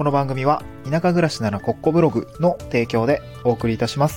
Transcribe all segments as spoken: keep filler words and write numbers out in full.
この番組は田舎暮らしならコッコブログの提供でお送りいたします。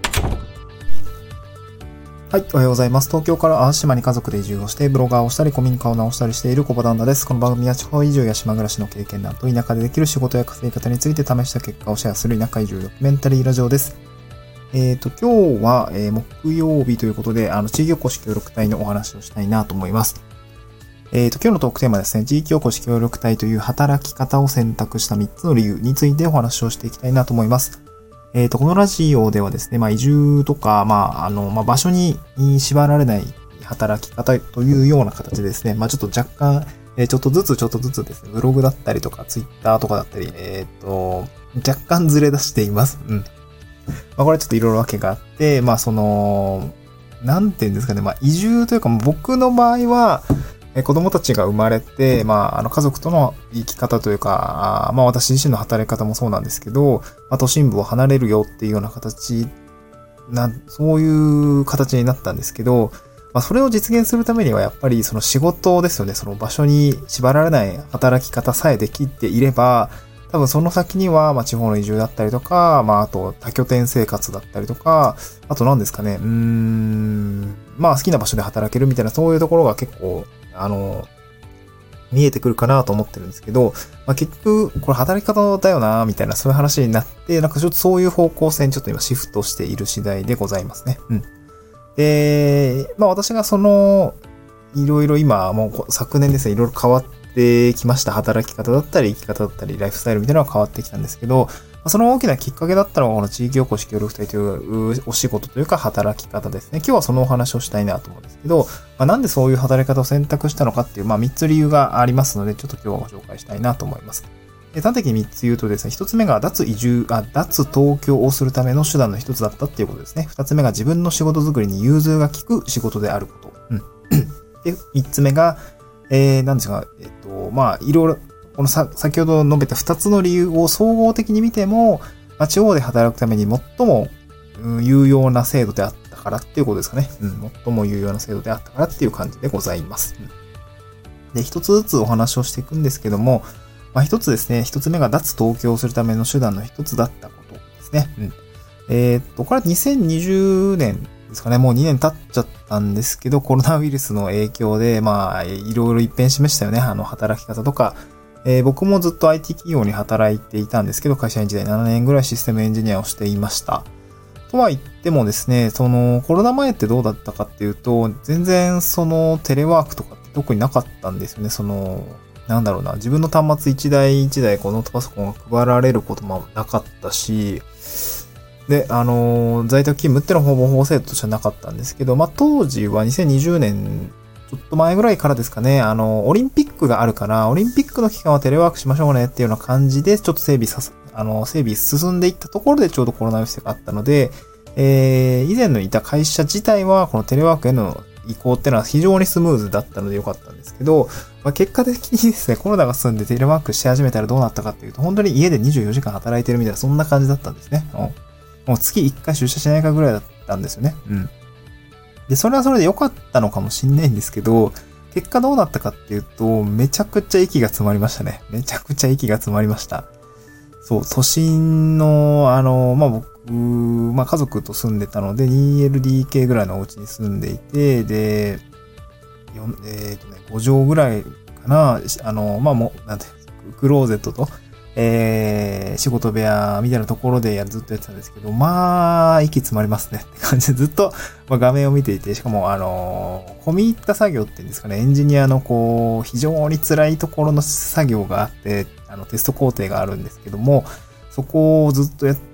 はい、おはようございます。東京から淡路島に家族で移住をしてブロガーをしたり古民家を直したりしている小場旦那です。この番組は地方移住や島暮らしの経験談と田舎でできる仕事や稼ぎ方について試した結果をシェアする田舎移住ドキュメンタリーラジオです。えっと、今日は、えー、木曜日ということで、あの、地域おこし協力隊のお話をしたいなと思います。えっと、今日のトークテーマはですね、地域おこし協力隊という働き方を選択したみっつの理由についてお話をしていきたいなと思います。えっと、このラジオではですね、まあ、移住とか、まあ、あの、まあ、場所に縛られない働き方というような形でですね、まあ、ちょっと若干、えー、ちょっとずつちょっとずつですね、ブログだったりとか、ツイッターとかだったり、えっと、若干ずれ出しています。うん。まあ、これちょっといろいろわけがあって、まあ、その、なんていうんですかね、まあ、移住というか、僕の場合は、え子供たちが生まれて、まあ、あの、家族との生き方というか、あまあ、私自身の働き方もそうなんですけど、まあ、都心部を離れるよっていうような形な、そういう形になったんですけど、まあ、それを実現するためには、やっぱりその仕事ですよね、その場所に縛られない働き方さえできていれば、多分その先には、まあ、地方の移住だったりとか、まあ、あと多拠点生活だったりとか、あと何ですかね、うーん、まあ、好きな場所で働けるみたいな、そういうところが結構、あの、見えてくるかなと思ってるんですけど、まあ、結局、これ働き方だよな、みたいな、そういう話になって、なんかちょっとそういう方向性にちょっと今シフトしている次第でございますね。うん。で、まあ私がその、いろいろ今、もう昨年ですね、いろいろ変わってきました。働き方だったり、生き方だったり、ライフスタイルみたいなのが変わってきたんですけど、その大きなきっかけだったのが、この地域おこし協力隊というお仕事というか働き方ですね。今日はそのお話をしたいなと思うんですけど、まあ、なんでそういう働き方を選択したのかっていう、まあみっつ理由がありますので、ちょっと今日はご紹介したいなと思います。で端的にみっつ言うとですね、ひとつめが脱移住、あ、脱東京をするための手段の一つだったっていうことですね。ふたつめが自分の仕事作りに融通が利く仕事であること。うん。で、みっつめが、えー、なんですか、えっと、まあいろいろ、このさ、先ほど述べたふたつの理由を総合的に見ても、まあ、地方で働くために最も、うん、有用な制度であったからっていうことですかね。うん、最も有用な制度であったからっていう感じでございます。うん、で、一つずつお話をしていくんですけども、まあ一つですね、一つ目が脱東京をするための手段の一つだったことですね。うん、えー、っと、これはにせんにじゅうねんですかね。もうにねん経っちゃったんですけど、コロナウイルスの影響で、まあ、いろいろ一変しましたよね。あの、働き方とか、えー、僕もずっと アイティー 企業に働いていたんですけど、会社員時代ななねんぐらいシステムエンジニアをしていました。とは言ってもですね、そのコロナ前ってどうだったかっていうと、全然そのテレワークとかって特になかったんですよね。その、なんだろうな、自分の端末一台一台こうノートパソコンが配られることもなかったし、で、あの、在宅勤務ってのはほぼほぼ制度としてはなかったんですけど、まあ当時はにせんにじゅうねん、ちょっと前ぐらいからですかね、あの、オリンピックがあるから、オリンピックの期間はテレワークしましょうねっていうような感じで、ちょっと整備さす、あの、整備進んでいったところでちょうどコロナウイルスがあったので、えー、以前のいた会社自体は、このテレワークへの移行っていうのは非常にスムーズだったので良かったんですけど、まあ、結果的にですね、コロナが進んでテレワークし始めたらどうなったかっていうと、本当に家でにじゅうよじかん働いてるみたいな、そんな感じだったんですね。もう月いっかい出社しないかぐらいだったんですよね。うん。で、それはそれで良かったのかもしんないんですけど、結果どうなったかっていうと、めちゃくちゃ息が詰まりましたね。めちゃくちゃ息が詰まりました。そう、都心の、あの、まあ、僕、まあ、家族と住んでたので、にエルディーケー ぐらいのお家に住んでいて、で、えっとね、ご畳ぐらいかな、あの、まあ、もう、なんて、クローゼットと、えー、仕事部屋みたいなところでやずっとやってたんですけど、まあ、息詰まりますねって感じでずっと、まあ、画面を見ていて、しかもあのー、込み入った作業っていうんですかね、エンジニアのこう、非常に辛いところの作業があって、あの、テスト工程があるんですけども、そこをずっとやって、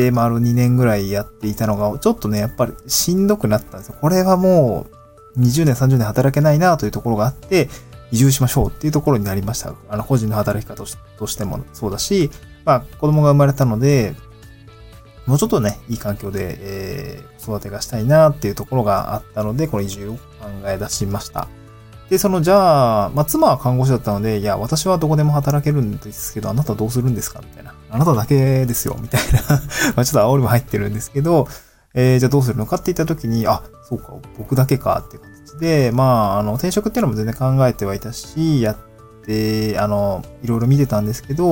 丸にねんぐらいやっていたのが、ちょっとね、やっぱりしんどくなったんですよ。これはもう、にじゅうねん、さんじゅうねん働けないなというところがあって、移住しましょうっていうところになりました。あの、個人の働き方としてもそうだし、まあ、子供が生まれたので、もうちょっとね、いい環境で、えー、育てがしたいなっていうところがあったので、この移住を考え出しました。で、その、じゃあ、まあ、妻は看護師だったので、いや、私はどこでも働けるんですけど、あなたどうするんですかみたいな。あなただけですよみたいな。まあ、ちょっと煽りも入ってるんですけど、えー、じゃあどうするのかって言った時に、あ、そうか、僕だけかっていう形で、まあ、あの、転職っていうのも全然考えてはいたし、やって、あの、いろいろ見てたんですけど、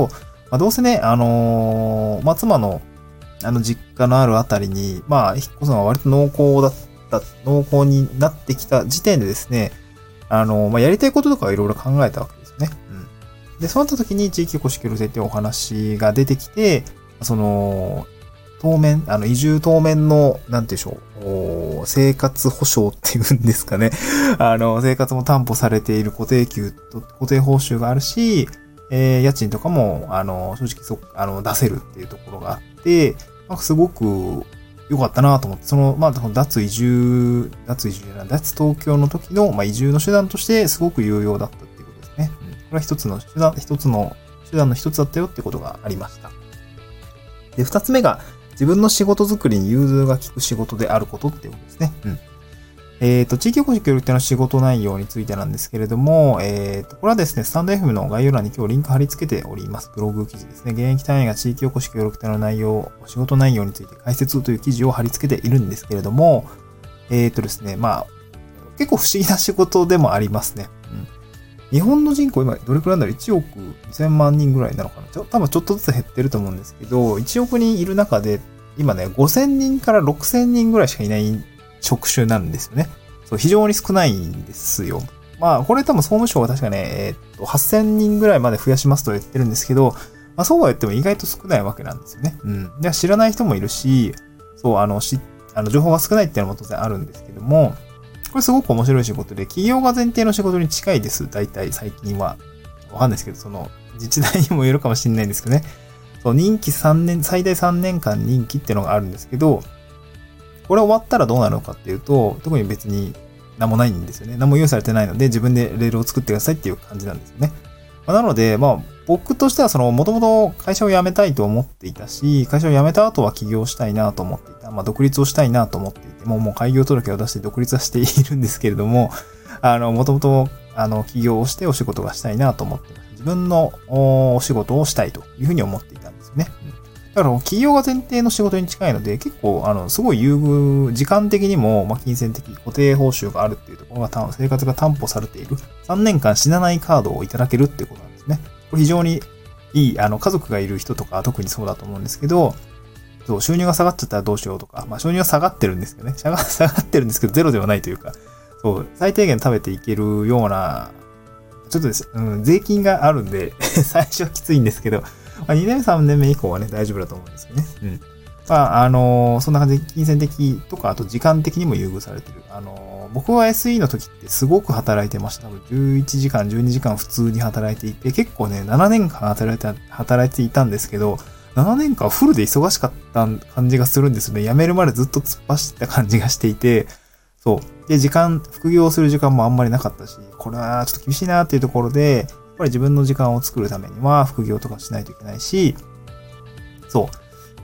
まあ、どうせね、あのー、まあ、妻の、あの、実家のあるあたりに、まあ、引っ越すのが割と濃厚だった、濃厚になってきた時点でですね、あのー、まあ、やりたいこととかはいろいろ考えたわけですよね。うん。で、そうなった時に地域おこし協力隊っていうお話が出てきて、その、当面、あの、移住当面の、なんていうんでしょう、生活保障っていうんですかね。あの、生活も担保されている固定給と、固定報酬があるし、えー、家賃とかも、あの、正直そ、あの、出せるっていうところがあって、なんかすごく良かったなと思って、その、まあ、脱移住、脱移住じゃない、脱東京の時の、まあ、移住の手段としてすごく有用だったっていうことですね。うん、これは一つの手段、一つの手段の一つだったよってことがありました。で、二つ目が、自分の仕事作りに融通が利く仕事であることっていうことですね。うん。えっと、地域おこし協力隊の仕事内容についてなんですけれども、えっと、これはですね、スタンド エフエム の概要欄に今日リンク貼り付けております。ブログ記事ですね。現役隊員が地域おこし協力隊の内容、仕事内容について解説という記事を貼り付けているんですけれども、えっとですね、まあ、結構不思議な仕事でもありますね。うん。日本の人口今どれくらいなんだろう ?いちおくにせんまん人ぐらいなのかなちょ多分ちょっとずつ減ってると思うんですけど、いちおく人いる中で、今ね、ごせんにんからろくせんにんぐらいしかいない職種なんですよね。そう、非常に少ないんですよ。まあ、これ多分総務省は確かね、えー、っと、はっせんにんぐらいまで増やしますと言ってるんですけど、まあそうは言っても意外と少ないわけなんですよね。うん。で、知らない人もいるし、そう、あの、し、あの、情報が少ないっていうのも当然あるんですけども、これすごく面白い仕事で、企業が前提の仕事に近いです。大体最近は。わかんないですけど、その、自治体にもよるかもしれないんですけどね。そう、任期さんねん、最大さんねんかん任期っていうのがあるんですけど、これ終わったらどうなるのかっていうと、特に別に何もないんですよね。何も用意されてないので、自分でレールを作ってくださいっていう感じなんですよね。まあ、なので、まあ、僕としてはその、もともと会社を辞めたいと思っていたし、会社を辞めた後は起業したいなと思っていた。まあ、独立をしたいなと思っていて、もうもう開業届を出して独立はしているんですけれども、あの、もともと、あの、起業をしてお仕事がしたいなと思っています。自分のお仕事をしたいというふうに思っていたんですよね。うん、だから、企業が前提の仕事に近いので、結構、あの、すごい優遇、時間的にも、まあ、金銭的、固定報酬があるっていうところが、生活が担保されている。さんねんかん死なないカードをいただけるっていうことなんですね。これ非常にいい、あの、家族がいる人とか特にそうだと思うんですけど、そう、収入が下がっちゃったらどうしようとか、まあ、収入が下がってるんですけどね。下が、下がってるんですけど、ゼロではないというか、そう、最低限食べていけるような、ちょっとです、うん、税金があるんで、最初はきついんですけど、まあ、にねんめ、さんねんめ以降はね、大丈夫だと思うんですけどね。うん。まあ、あのー、そんな感じで、金銭的とか、あと時間的にも優遇されてる。あのー、僕は エスイー の時ってすごく働いてました。多分じゅういちじかん、じゅうにじかん普通に働いていて、結構ね、ななねんかん働いて、働いていたんですけど、ななねんかんフルで忙しかった感じがするんですよね。辞めるまでずっと突っ走った感じがしていて、そう。で、時間、副業する時間もあんまりなかったし、これはちょっと厳しいなっていうところで、やっぱり自分の時間を作るためには副業とかしないといけないし、そう。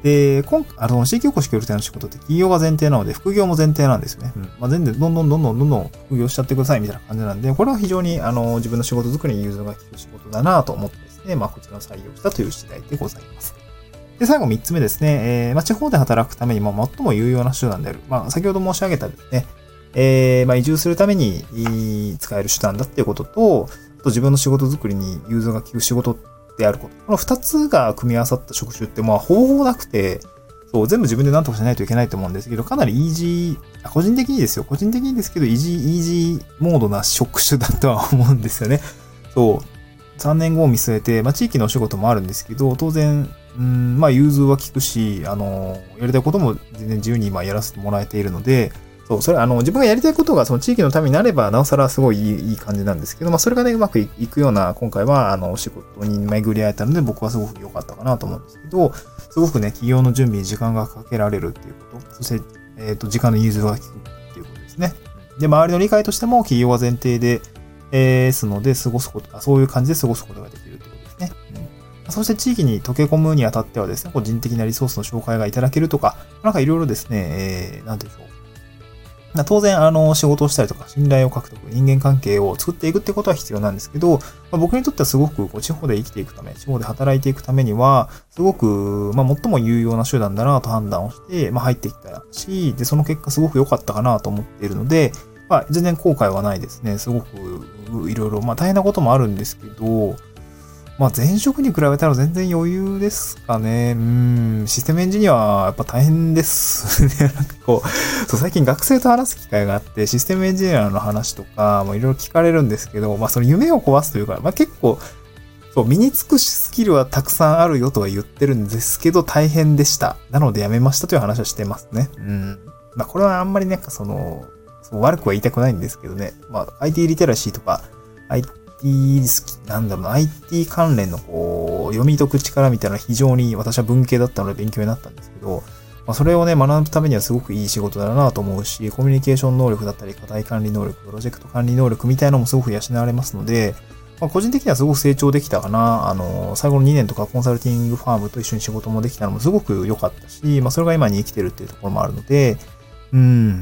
で、今あの、地域おこし協力隊の仕事って企業が前提なので、副業も前提なんですよね。うん。まあ、全然、どんどんどんどんどんどん副業しちゃってくださいみたいな感じなんで、これは非常に、あの、自分の仕事作りに融通が利く仕事だなと思ってですね、まあ、こちらを採用したという次第でございます。で、最後みっつめですね、えー、まあ、地方で働くために、まあ、最も有用な手段である。まあ、先ほど申し上げたですね、えー、まあ、移住するために使える手段だっていうことと、あと自分の仕事作りに融通が利く仕事であること。この二つが組み合わさった職種って、まあ、ほぼほぼなくて、そう、全部自分で何とかしないといけないと思うんですけど、かなりイージー、個人的にですよ。個人的にですけど、イージー、イージーモードな職種だとは思うんですよね。そう。さんねんごを見据えて、まあ、地域のお仕事もあるんですけど、当然、うん、まあ、融通は利くし、あの、やりたいことも全然自由に今やらせてもらえているので、そう、それ、あの、自分がやりたいことがその地域のためになれば、なおさらすごいいい、いい感じなんですけど、まあ、それがね、うまくいくような、今回は、あの、お仕事に巡り合えたので、僕はすごく良かったかなと思うんですけど、すごくね、企業の準備に時間がかけられるっていうこと、そして、えっと、時間の融通が利くっていうことですね。で、周りの理解としても、企業が前提で、えー、すので、過ごすこと、そういう感じで過ごすことができるってことですね。うん、そして地域に溶け込むにあたってはですね、個人的なリソースの紹介がいただけるとか、なんかいろいろですね、えー、なんていうんでしょう。当然、あの、仕事をしたりとか、信頼を獲得、人間関係を作っていくってことは必要なんですけど、まあ、僕にとってはすごくこう地方で生きていくため、地方で働いていくためには、すごく、まあ、最も有用な手段だなと判断をして、まあ、入ってきたし、で、その結果すごく良かったかなと思っているので、まあ、全然後悔はないですね。すごく、いろいろ、まあ、大変なこともあるんですけど、 まあ前職に比べたら全然余裕ですかね。うん、システムエンジニアはやっぱ大変ですね。なんかこう、そう最近学生と話す機会があって、システムエンジニアの話とか、もいろいろ聞かれるんですけど、まあその夢を壊すというか、まあ結構、そう、身につくスキルはたくさんあるよとは言ってるんですけど、大変でした。なので辞めましたという話をしてますね。うん。まあこれはあんまりなんかその、そう悪くは言いたくないんですけどね。まあ アイティー リテラシーとか、アイティー 好き、なんだろうな、アイティー 関連のこう、読み解く力みたいなのは非常に私は文系だったので勉強になったんですけど、まあそれをね、学ぶためにはすごくいい仕事だなと思うし、コミュニケーション能力だったり、課題管理能力、プロジェクト管理能力みたいなのもすごく養われますので、まあ、個人的にはすごく成長できたかな。あの、最後のにねんとかコンサルティングファームと一緒に仕事もできたのもすごく良かったし、まあそれが今に生きてるっていうところもあるので、うん。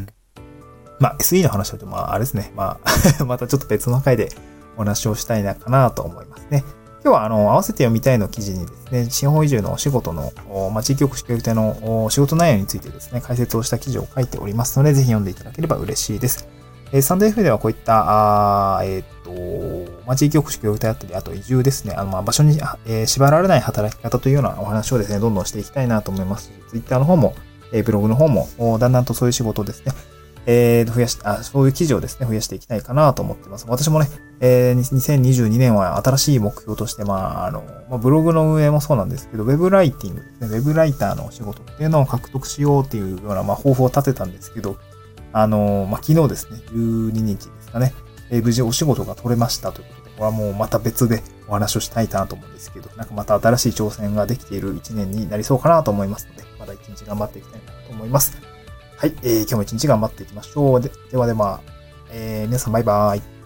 まあ エスイー の話だと、まああれですね。まあまたちょっと別の回でお話をしたいなかなと思いますね。今日はあの、合わせて読みたいの記事にですね、地方移住のお仕事の、まあ、地域おこし協力隊の仕事内容についてですね、解説をした記事を書いておりますので、ぜひ読んでいただければ嬉しいです。えー、サンデー エフ ではこういった、あえっ、ー、と、まあ、地域おこし協力隊だったり、あと移住ですね、あの、まあ、場所に、えー、縛られない働き方というようなお話をですね、どんどんしていきたいなと思います。ツイッターの方も、えー、ブログの方も、だんだんとそういう仕事をですね、えー、増やし、あ、そういう記事をですね、増やしていきたいかなと思ってます。私もね、えー、にせんにじゅうにねんは新しい目標として、まあ、あの、まあ、ブログの運営もそうなんですけど、ウェブライティングですね、ウェブライターのお仕事っていうのを獲得しようっていうような、まあ、方法を立てたんですけど、あの、まあ、昨日ですね、じゅうににちですかね、えー、無事お仕事が取れましたということで、これはもうまた別でお話をしたいなと思うんですけど、なんかまた新しい挑戦ができているいちねんになりそうかなと思いますので、また一日頑張っていきたいなと思います。はい、えー、今日も一日頑張っていきましょう。で、ではでは、えー、皆さんバイバーイ。